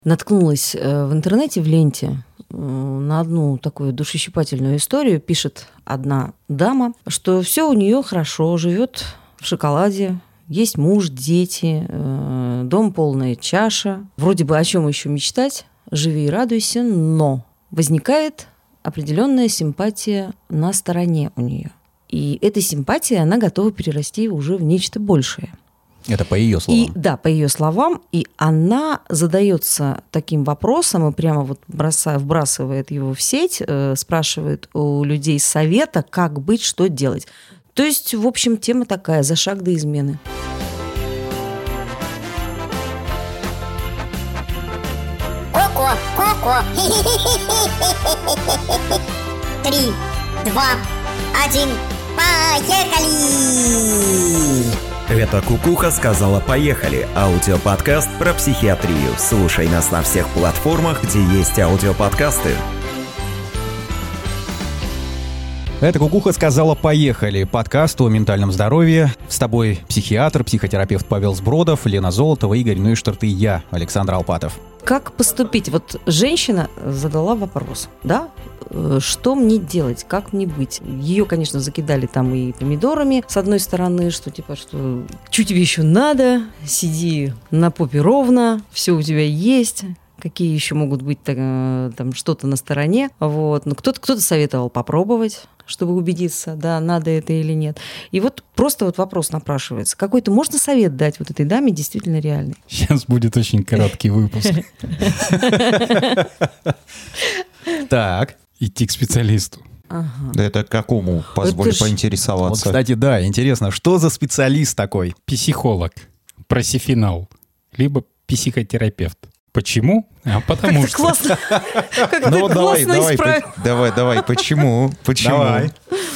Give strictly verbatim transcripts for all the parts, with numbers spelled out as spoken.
Наткнулась в интернете, в ленте, на одну такую душещипательную историю. Пишет одна дама, что все у нее хорошо, живет в шоколаде, есть муж, дети, дом полная чаша. Вроде бы о чем еще мечтать, живи и радуйся, но возникает определенная симпатия на стороне у нее. И эта симпатия, она готова перерасти уже в нечто большее. Это по ее словам. И, да, по ее словам. И она задается таким вопросом и прямо вот бросая, вбрасывает его в сеть, э, спрашивает у людей совета, как быть, что делать. То есть, в общем, тема такая, за шаг до измены. Ко-ко, ко-ко. Три, два, один, поехали! Это Кукуха сказала «Поехали» – аудиоподкаст про психиатрию. Слушай нас на всех платформах, где есть аудиоподкасты. Это Кукуха сказала «Поехали» – подкаст о ментальном здоровье. С тобой психиатр, психотерапевт Павел Сбродов, Лена Золотова, Игорь Нойштарт и я, Александр Алпатов. Как поступить? Вот женщина задала вопрос, да? Что мне делать, как мне быть? Ее, конечно, закидали там и помидорами, с одной стороны, что типа, что что тебе еще надо, сиди на попе ровно, все у тебя есть. Какие еще могут быть там что-то на стороне. Вот. Но кто-то, кто-то советовал попробовать, чтобы убедиться, да, надо это или нет. И вот просто вот вопрос напрашивается. Какой-то можно совет дать вот этой даме действительно реальный? Сейчас будет очень короткий выпуск. Так. Идти к специалисту. Ага. Да это какому? Позволь поинтересоваться. Вот, кстати, да, интересно, что за специалист такой? Психолог, профессионал, либо психотерапевт. Почему? А потому что... Классно. Как ну ты давай, классно давай, исправил. по, давай, давай, почему? Почему? Давай.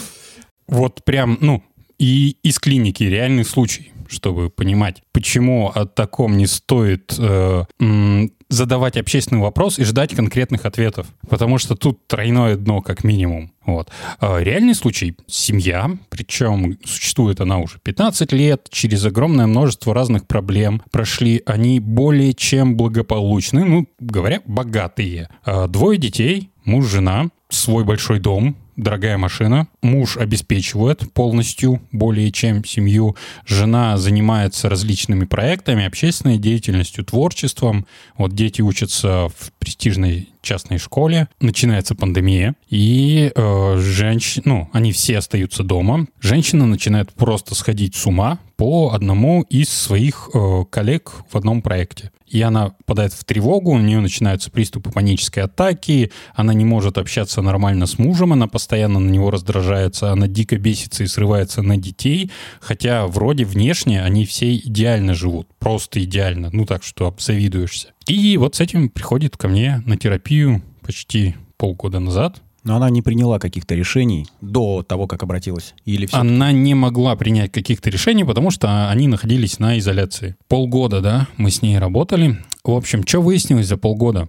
Вот прям, ну, и из клиники реальный случай, чтобы понимать, почему о таком не стоит э, м, задавать общественный вопрос и ждать конкретных ответов. Потому что тут тройное дно, как минимум. Вот. А реальный случай — семья, причем существует она уже пятнадцать лет, через огромное множество разных проблем прошли. Они более чем благополучны, ну, говоря, богатые. А двое детей, муж, жена, свой большой дом, дорогая машина. Муж обеспечивает полностью более чем семью. Жена занимается различными проектами, общественной деятельностью, творчеством. Вот дети учатся в престижной частной школе. Начинается пандемия, и э, женщины, ну, они все остаются дома. Женщина начинает просто сходить с ума по одному из своих э, коллег в одном проекте. И она попадает в тревогу, у нее начинаются приступы панической атаки, она не может общаться нормально с мужем, она постоянно на него раздражается, она дико бесится и срывается на детей, хотя вроде внешне они все идеально живут, просто идеально, ну так, что обзавидуешься. И вот с этим приходит ко мне на терапию почти полгода назад. Но она не приняла каких-то решений до того, как обратилась? Или все? Она не могла принять каких-то решений, потому что они находились на изоляции. Полгода, да, мы с ней работали. В общем, что выяснилось за полгода?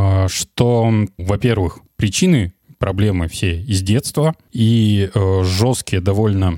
Что, во-первых, причины проблемы все из детства и жесткие довольно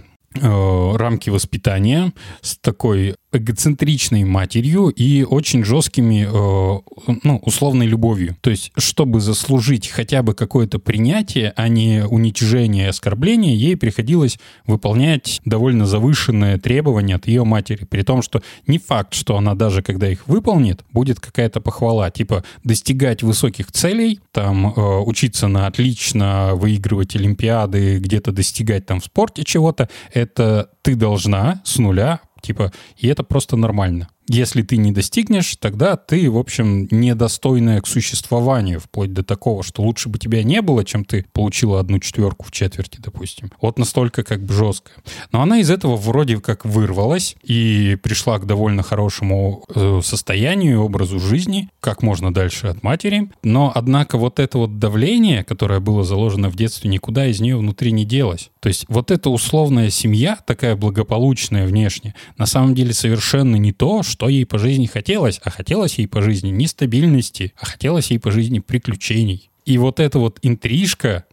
рамки воспитания с такой эгоцентричной матерью и очень жесткими, э, ну, условной любовью. То есть, чтобы заслужить хотя бы какое-то принятие, а не уничижение и оскорбление, ей приходилось выполнять довольно завышенные требования от ее матери. При том, что не факт, что она даже когда их выполнит, будет какая-то похвала. Типа достигать высоких целей, там, э, учиться на отлично, выигрывать олимпиады, где-то достигать там в спорте чего-то, это ты должна с нуля. Типа, и это просто нормально. Если ты не достигнешь, тогда ты, в общем, недостойная к существованию, вплоть до такого, что лучше бы тебя не было, чем ты получила одну четверку в четверти, допустим. Вот настолько как бы жестко. Но она из этого вроде как вырвалась и пришла к довольно хорошему состоянию, образу жизни, как можно дальше от матери. Но, однако, вот это вот давление, которое было заложено в детстве, никуда из нее внутри не делось. То есть вот эта условная семья, такая благополучная внешне, на самом деле совершенно не то, что ей по жизни хотелось, а хотелось ей по жизни не стабильности, а хотелось ей по жизни приключений. И вот эта вот интрижка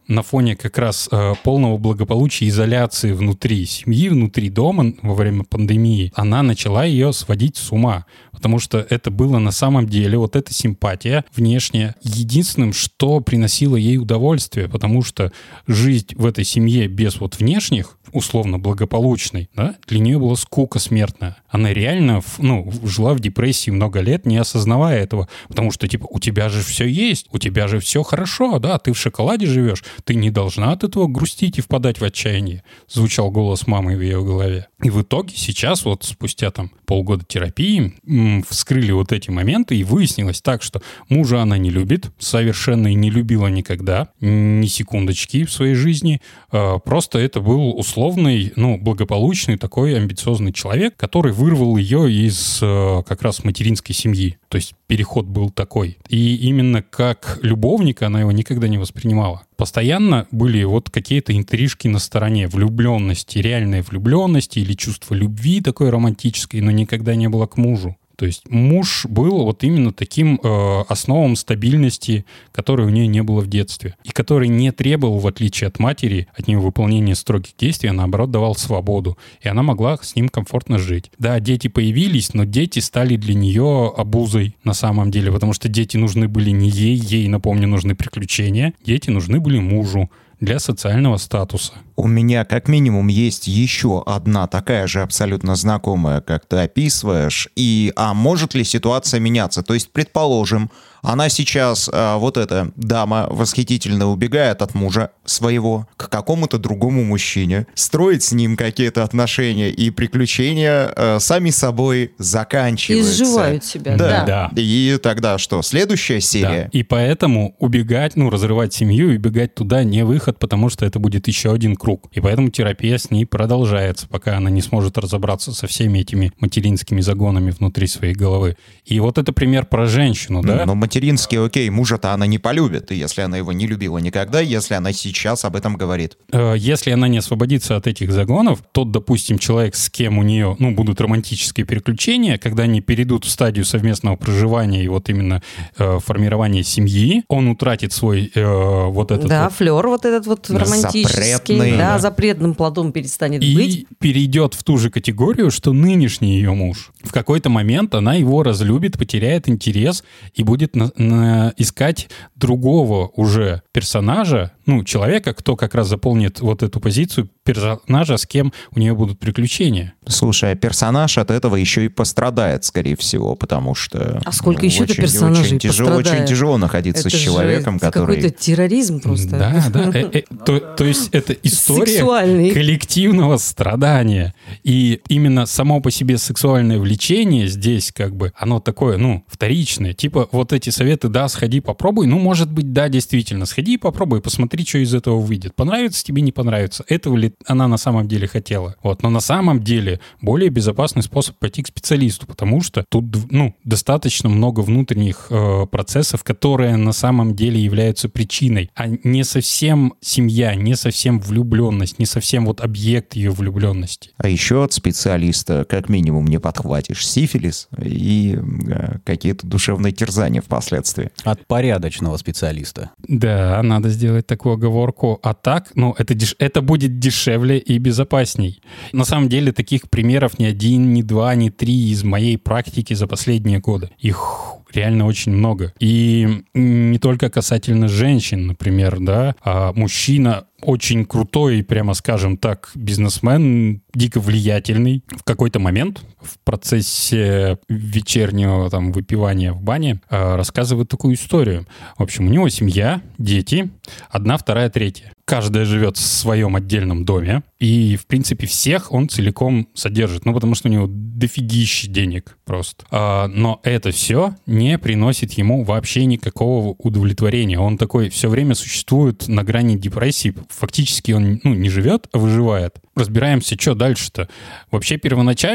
на фоне как раз э, полного благополучия, изоляции внутри семьи, внутри дома во время пандемии, она начала ее сводить с ума. Потому что это было на самом деле, вот эта симпатия внешняя, единственным, что приносило ей удовольствие. Потому что жизнь в этой семье без вот внешних, условно благополучной, да, для нее была скука смертная. Она реально, ну, жила в депрессии много лет, не осознавая этого. Потому что, типа, у тебя же все есть, у тебя же все хорошо, да, ты в шоколаде живешь, ты не должна от этого грустить и впадать в отчаяние. Звучал голос мамы в ее голове. И в итоге сейчас, вот спустя там полгода терапии, м- вскрыли вот эти моменты, и выяснилось так, что мужа она не любит, совершенно и не любила никогда, ни секундочки в своей жизни. А, просто это был условный, ну, благополучный такой амбициозный человек, который вырвал ее из а, как раз материнской семьи. То есть переход был такой. И именно как любовника она его никогда не воспринимала. Постоянно были вот какие-то интрижки на стороне влюбленности, реальной влюбленности или чувство любви такой романтической, но никогда не было к мужу. То есть муж был вот именно таким э, основом стабильности, которой у нее не было в детстве. И который не требовал, в отличие от матери, от нее выполнения строгих действий, а наоборот давал свободу. И она могла с ним комфортно жить. Да, дети появились, но дети стали для нее обузой на самом деле, потому что дети нужны были не ей, ей, напомню, нужны приключения. Дети нужны были мужу для социального статуса. У меня как минимум есть еще одна такая же абсолютно знакомая, как ты описываешь. И, а может ли ситуация меняться? То есть, предположим, она сейчас, а, вот эта дама восхитительно убегает от мужа своего к какому-то другому мужчине, строит с ним какие-то отношения, и приключения а, сами собой заканчиваются. Изживают себя. Да. Да. И тогда что? Следующая серия? Да. И поэтому убегать, ну, разрывать семью и убегать туда не выход, потому что это будет еще один круг. И поэтому терапия с ней продолжается, пока она не сможет разобраться со всеми этими материнскими загонами внутри своей головы. И вот это пример про женщину, да? Но материнский, окей, мужа-то она не полюбит, и если она его не любила никогда, если она сейчас об этом говорит. Если она не освободится от этих загонов, тот, допустим, человек, с кем у нее, ну, будут романтические приключения, когда они перейдут в стадию совместного проживания и вот именно э, формирования семьи, он утратит свой э, вот этот Да, вот... флер вот этот вот романтический. Запретный. Да, запретным плодом перестанет И быть. перейдет в ту же категорию, что нынешний ее муж. В какой-то момент она его разлюбит, потеряет интерес и будет на, на, искать другого уже персонажа, ну, человека, кто как раз заполнит вот эту позицию персонажа, с кем у нее будут приключения. Слушай, а персонаж от этого еще и пострадает, скорее всего, потому что... А сколько ну, еще-то очень, персонажей очень тяжело, пострадает? очень тяжело находиться Это с человеком, же который... какой-то терроризм просто. Да, да. Э, э, то, то есть это история Сексуальный. коллективного страдания. И именно само по себе сексуальное влечение здесь как бы, оно такое, ну, вторичное. Типа вот эти советы, да, сходи, попробуй. Ну, может быть, да, действительно, сходи и попробуй, посмотри, что из этого выйдет. Понравится тебе, не понравится. Этого ли она на самом деле хотела? Вот. Но на самом деле более безопасный способ пойти к специалисту, потому что тут, ну, достаточно много внутренних э, процессов, которые на самом деле являются причиной, а не совсем семья, не совсем влюбленность, не совсем вот объект ее влюбленности. А еще от специалиста как минимум не подхватишь сифилис и э, какие-то душевные терзания впоследствии. От порядочного специалиста. Да, надо сделать такую оговорку. А так, ну, это, деш... это будет дешевле и безопасней. На самом деле таких примеров ни один, ни два, ни три из моей практики за последние годы. Их реально очень много. И не только касательно женщин, например, да, а мужчина очень крутой, прямо скажем так, бизнесмен, дико влиятельный. В какой-то момент в процессе вечернего там выпивания в бане э, рассказывает такую историю. В общем, у него семья, дети, одна, вторая, третья. Каждая живет в своем отдельном доме, и, в принципе, всех он целиком содержит, ну, потому что у него дофигища денег просто. А, но это все не приносит ему вообще никакого удовлетворения. Он такой все время существует на грани депрессии. Фактически он, ну, не живет, а выживает. Разбираемся, что дальше-то. Вообще, первоначально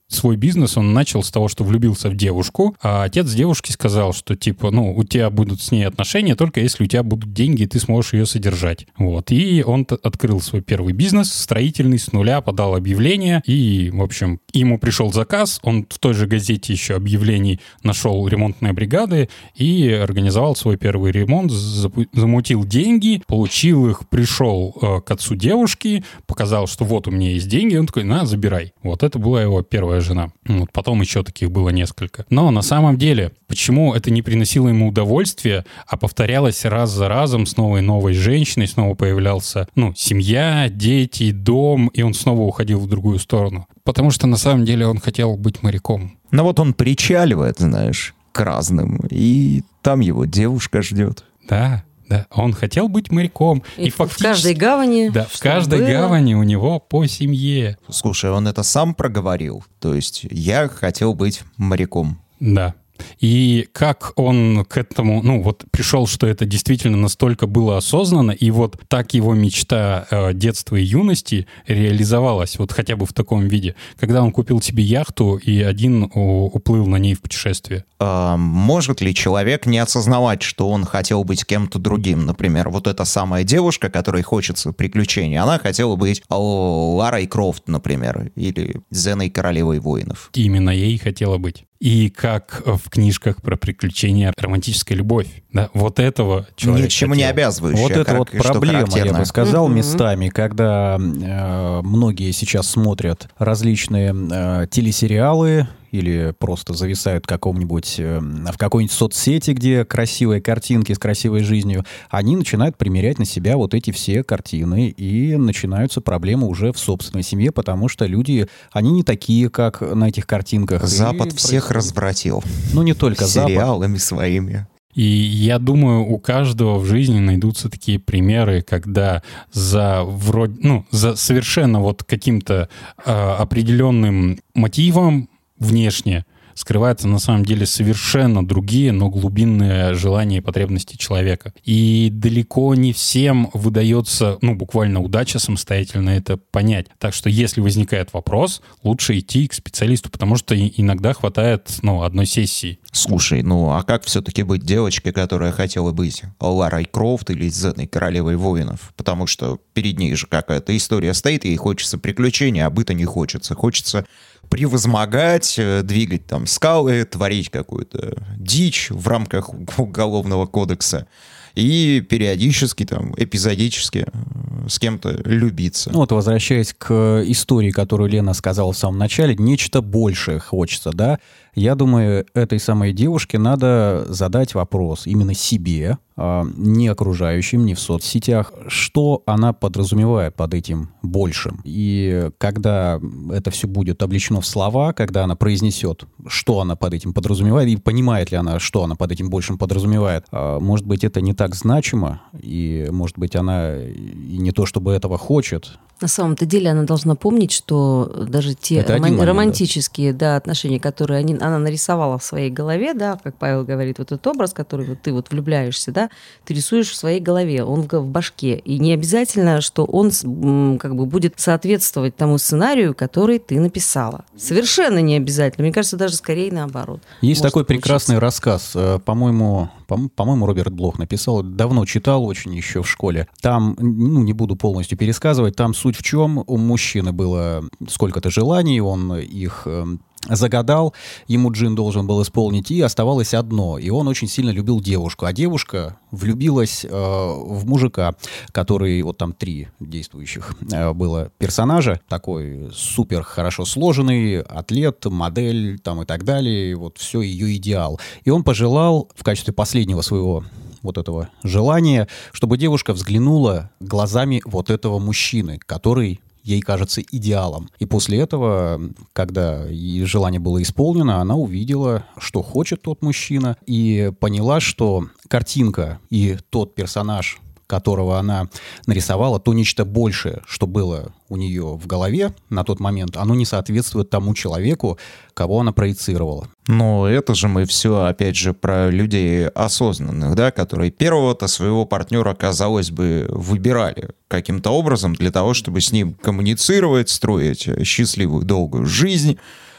свой бизнес он начал с того, что влюбился в девушку, а отец девушки сказал, что типа, ну, у тебя будут с ней отношения только если у тебя будут деньги, и ты сможешь ее содержать. Вот. И он открыл свой первый бизнес, строительный, с нуля, подал объявление, и, в общем, ему пришел заказ, он в той же газете еще объявлений нашел ремонтные бригады и организовал свой первый ремонт, замутил деньги, получил их, пришел э, к отцу девушки, показал, что вот у меня есть деньги, он такой, на, забирай. Вот это была его первая жена. Вот потом еще таких было несколько. Но на самом деле, почему это не приносило ему удовольствия, а повторялось раз за разом с новой новой женщиной, снова появлялся, ну, семья, дети, дом, и он снова уходил в другую сторону? Потому что на самом деле он хотел быть моряком. Ну вот он причаливает, знаешь, к разным, и там его девушка ждет. Да. Да, он хотел быть моряком. И, и в, фактически, в каждой гавани. Да, в каждой было. гавани у него по семье. Слушай, он это сам проговорил. То есть я хотел быть моряком. Да. И как он к этому, ну вот пришел, что это действительно настолько было осознанно, и вот так его мечта э, детства и юности реализовалась, вот хотя бы в таком виде, когда он купил себе яхту и один у, уплыл на ней в путешествие. А, может ли человек не осознавать, что он хотел быть кем-то другим? Например, вот эта самая девушка, которой хочется приключений, она хотела быть Ларой Крофт, например, или Зеной Королевой воинов. Именно ей хотела быть. И как в книжках про приключения, романтическая любовь. Да, вот этого человек Ничему хотел. не обязывающая. Вот это вот проблема, я бы сказал, Mm-hmm. местами, когда э, многие сейчас смотрят различные э, телесериалы или просто зависают в каком-нибудь, э, в какой-нибудь соцсети, где красивые картинки с красивой жизнью, они начинают примерять на себя вот эти все картины, и начинаются проблемы уже в собственной семье, потому что люди, они не такие, как на этих картинках. Запад и всех происходит... развратил. Ну, не только Запад. Сериалами своими. И я думаю, у каждого в жизни найдутся такие примеры, когда за вроде, ну, за совершенно вот каким-то э, определенным мотивом внешне скрываются на самом деле совершенно другие, но глубинные желания и потребности человека. И далеко не всем выдается, ну, буквально удача самостоятельно это понять. Так что если возникает вопрос, лучше идти к специалисту, потому что иногда хватает, ну, одной сессии. Слушай, ну а как все-таки быть девочкой, которая хотела быть Ларой Крофт или Зеной Королевой воинов? Потому что перед ней же какая-то история стоит, ей хочется приключений, а быта не хочется. Хочется превозмогать, двигать там скалы, творить какую-то дичь в рамках уголовного кодекса и периодически, там, эпизодически с кем-то любиться. Ну вот, возвращаясь к истории, которую Лена сказала в самом начале, нечто большее хочется, да? Я думаю, этой самой девушке надо задать вопрос именно себе, не окружающим, не в соцсетях, что она подразумевает под этим большим. И когда это все будет облечено в слова, когда она произнесет, что она под этим подразумевает, и понимает ли она, что она под этим большим подразумевает, может быть, это не так значимо, и, может быть, она и не то чтобы этого хочет. На самом-то деле она должна помнить, что даже те Это роман- момент, романтические да. Да, отношения, которые они, она нарисовала в своей голове, да, как Павел говорит, вот этот образ, который вот ты вот влюбляешься, да, ты рисуешь в своей голове, он в, в башке. И не обязательно, что он как бы будет соответствовать тому сценарию, который ты написала. Совершенно не обязательно. Мне кажется, даже скорее наоборот. Есть Может такой получиться. прекрасный рассказ, по-моему, по-моему, Роберт Блох написал, давно читал очень еще в школе. Там, ну, не буду полностью пересказывать, там суть в чем, у мужчины было сколько-то желаний, он их загадал, ему джин должен был исполнить, и оставалось одно. И он очень сильно любил девушку. А девушка влюбилась э, в мужика, который, вот там три действующих э, было персонажа, такой супер хорошо сложенный, атлет, модель там и так далее, вот все ее идеал. И он пожелал в качестве последнего своего вот этого желания, чтобы девушка взглянула глазами вот этого мужчины, который ей кажется идеалом. И после этого, когда ей желание было исполнено, она увидела, что хочет тот мужчина, и поняла, что картинка и тот персонаж, которого она нарисовала, то нечто большее, что было у нее в голове на тот момент, оно не соответствует тому человеку, кого она проецировала. Но это же мы все, опять же, про людей осознанных, да, которые первого-то своего партнера, казалось бы, выбирали каким-то образом для того, чтобы с ним коммуницировать, строить счастливую, долгую жизнь.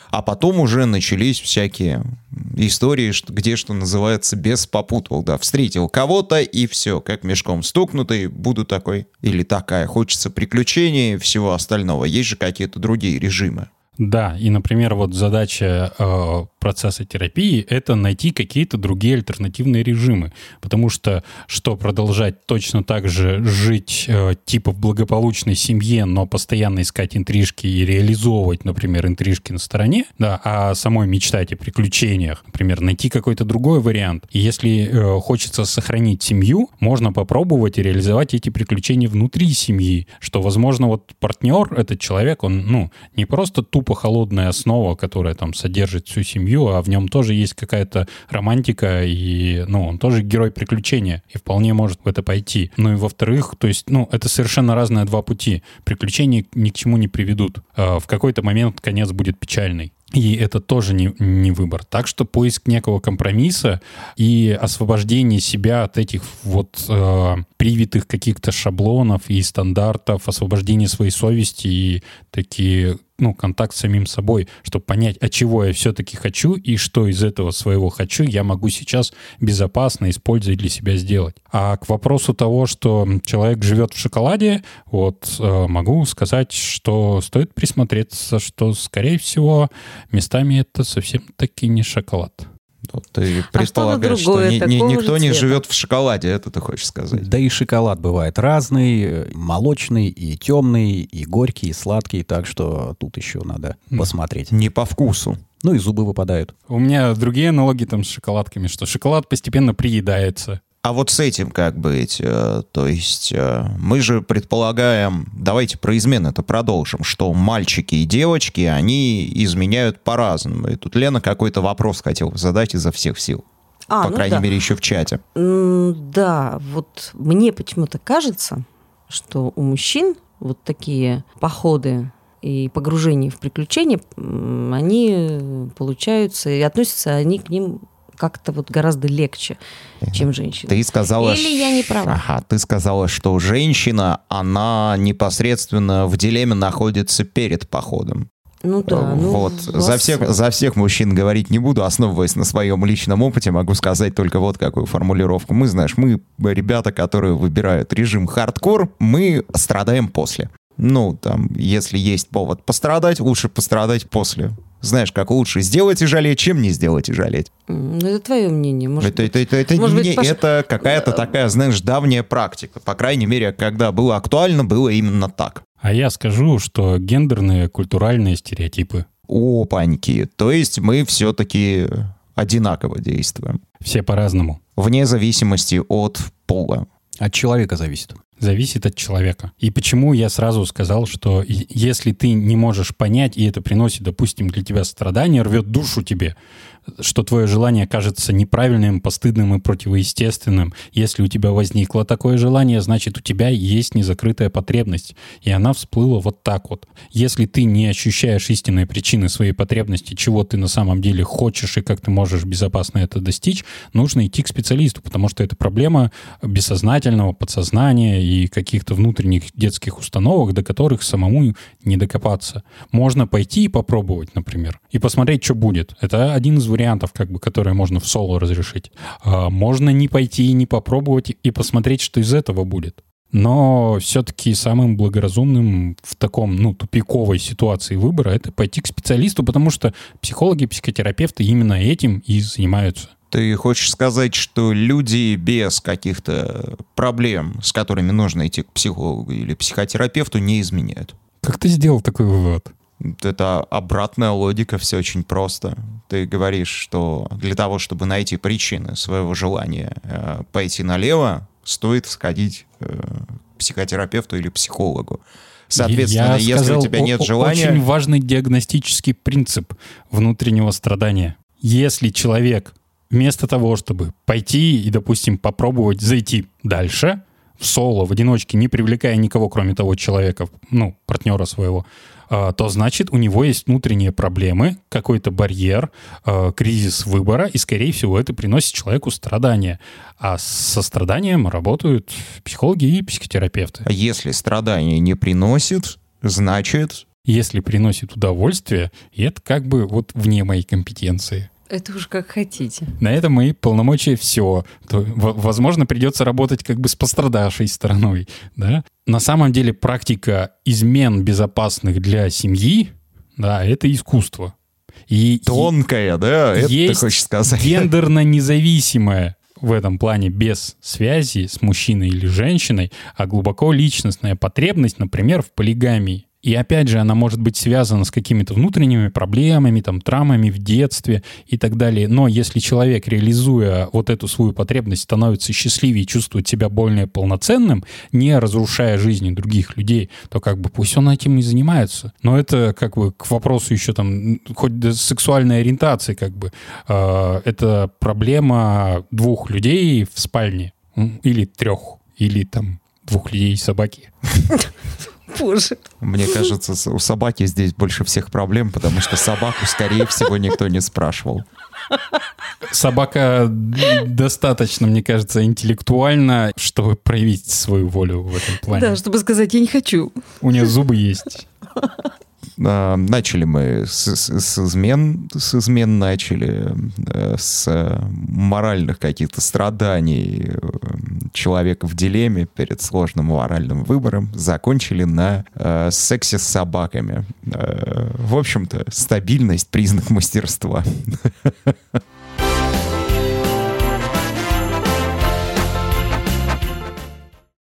А потом уже начались всякие истории, что, где, что называется, без попутал, да, встретил кого-то, и все, как мешком стукнутый, буду такой или такая, хочется приключений и всего остального. Есть же какие-то другие режимы. Да, и, например, вот задача э, процесса терапии — это найти какие-то другие альтернативные режимы, потому что что продолжать точно так же жить э, типа в благополучной семье, но постоянно искать интрижки и реализовывать, например, интрижки на стороне, да, а самой мечтать о приключениях, например, найти какой-то другой вариант. И если э, хочется сохранить семью, можно попробовать и реализовать эти приключения внутри семьи, что, возможно, вот партнер, этот человек, он, ну, не просто тупо холодная основа, которая там содержит всю семью, а в нем тоже есть какая-то романтика, и, ну, он тоже герой приключения, и вполне может в это пойти. Ну и во-вторых, то есть, ну, это совершенно разные два пути. Приключения ни к чему не приведут. В какой-то момент конец будет печальный. И это тоже не, не выбор. Так что поиск некого компромисса и освобождение себя от этих вот э, привитых каких-то шаблонов и стандартов, освобождение своей совести и такие, ну, контакт с самим собой, чтобы понять, а чего я все-таки хочу и что из этого своего хочу я могу сейчас безопасно использовать для себя сделать. А к вопросу того, что человек живет в шоколаде, вот э, могу сказать, что стоит присмотреться, что, скорее всего, местами это совсем-таки не шоколад. Ты предполагаешь, а что, что ни, ни, никто не живет в шоколаде, это ты хочешь сказать? Да и шоколад бывает разный, молочный, и темный, и горький, и сладкий, так что тут еще надо посмотреть. Не по вкусу. Ну и зубы выпадают. У меня другие аналогии там с шоколадками, что шоколад постепенно приедается. А вот с этим как быть? То есть мы же предполагаем, давайте про измены-то продолжим, что мальчики и девочки, они изменяют по-разному. И тут Лена какой-то вопрос хотела задать изо всех сил. А, по ну крайней да. мере, еще в чате. Да, вот мне почему-то кажется, что у мужчин вот такие походы и погружения в приключения, они получаются, и относятся они к ним как-то вот гораздо легче, чем женщина. Ты сказала, Или я не права? Ага, ты сказала, что женщина, она непосредственно в дилемме находится перед походом. Ну да. Вот. Ну, за, вас... всех, за всех мужчин говорить не буду, основываясь на своем личном опыте, могу сказать только вот какую формулировку. Мы, знаешь, мы ребята, которые выбирают режим хардкор, мы страдаем после. Ну, там, если есть повод пострадать, лучше пострадать после. Знаешь, как лучше сделать и жалеть, чем не сделать и жалеть. Ну, это твое мнение. Может это быть, это, это, может не, быть, Паша... это какая-то такая, знаешь, давняя практика. По крайней мере, когда было актуально, было именно так. А я скажу, что гендерные, культуральные стереотипы. Опаньки. То есть мы все-таки одинаково действуем. Все по-разному. Вне зависимости от пола. От человека зависит. Зависит от человека. И почему я сразу сказал, что если ты не можешь понять, и это приносит, допустим, для тебя страдания, рвет душу тебе, что твое желание кажется неправильным, постыдным и противоестественным. Если у тебя возникло такое желание, значит, у тебя есть незакрытая потребность, и она всплыла вот так вот. Если ты не ощущаешь истинной причины своей потребности, чего ты на самом деле хочешь и как ты можешь безопасно это достичь, нужно идти к специалисту, потому что это проблема бессознательного, подсознания и каких-то внутренних детских установок, до которых самому не докопаться. Можно пойти и попробовать, например, и посмотреть, что будет. Это один из вариантов, как бы, которые можно в соло разрешить. А можно не пойти и не попробовать и посмотреть, что из этого будет. Но все-таки самым благоразумным в таком, ну, тупиковой ситуации выбора это пойти к специалисту, потому что психологи, психотерапевты именно этим и занимаются. Ты хочешь сказать, что люди без каких-то проблем, с которыми нужно идти к психологу или психотерапевту, не изменяют? Как ты сделал такой вывод? Это обратная логика, все очень просто. Ты говоришь, что для того, чтобы найти причины своего желания э, пойти налево, стоит сходить э, к психотерапевту или психологу. Соответственно, Я если у тебя нет желания... Очень важный диагностический принцип внутреннего страдания. Если человек вместо того, чтобы пойти и, допустим, попробовать зайти дальше, в соло, в одиночке, не привлекая никого, кроме того человека, ну, партнера своего, то значит, у него есть внутренние проблемы, какой-то барьер, кризис выбора, и, скорее всего, это приносит человеку страдания. А со страданием работают психологи и психотерапевты. А если страдания не приносит, значит... если приносит удовольствие, и это как бы вот вне моей компетенции. Это уж как хотите. На этом мои полномочия все. То, в- возможно, придется работать как бы с пострадавшей стороной. Да? На самом деле практика измен безопасных для семьи, да, это искусство. И Тонкая, да? Это ты есть хочешь сказать? гендерно независимая в этом плане без связи с мужчиной или женщиной, а глубоко личностная потребность, например, в полигамии. И опять же, она может быть связана с какими-то внутренними проблемами, там, травмами в детстве и так далее. Но если человек, реализуя вот эту свою потребность, становится счастливее и чувствует себя более полноценным, не разрушая жизни других людей, то как бы пусть он этим и занимается. Но это как бы к вопросу еще там, хоть до сексуальной ориентации, как бы, э, это проблема двух людей в спальне. Или трех. Или там двух людей и собаки. Боже. Мне кажется, с- у собаки здесь больше всех проблем, потому что собаку, скорее всего, никто не спрашивал. Собака д- достаточно, мне кажется, интеллектуальна, чтобы проявить свою волю в этом плане. Да, чтобы сказать, я не хочу. У нее зубы есть. А, Начали мы с, с- с измен, с измен начали, э, с э, моральных каких-то страданий э, человека в дилемме перед сложным моральным выбором, закончили на э, сексе с собаками. Э, В общем-то, стабильность — признак мастерства.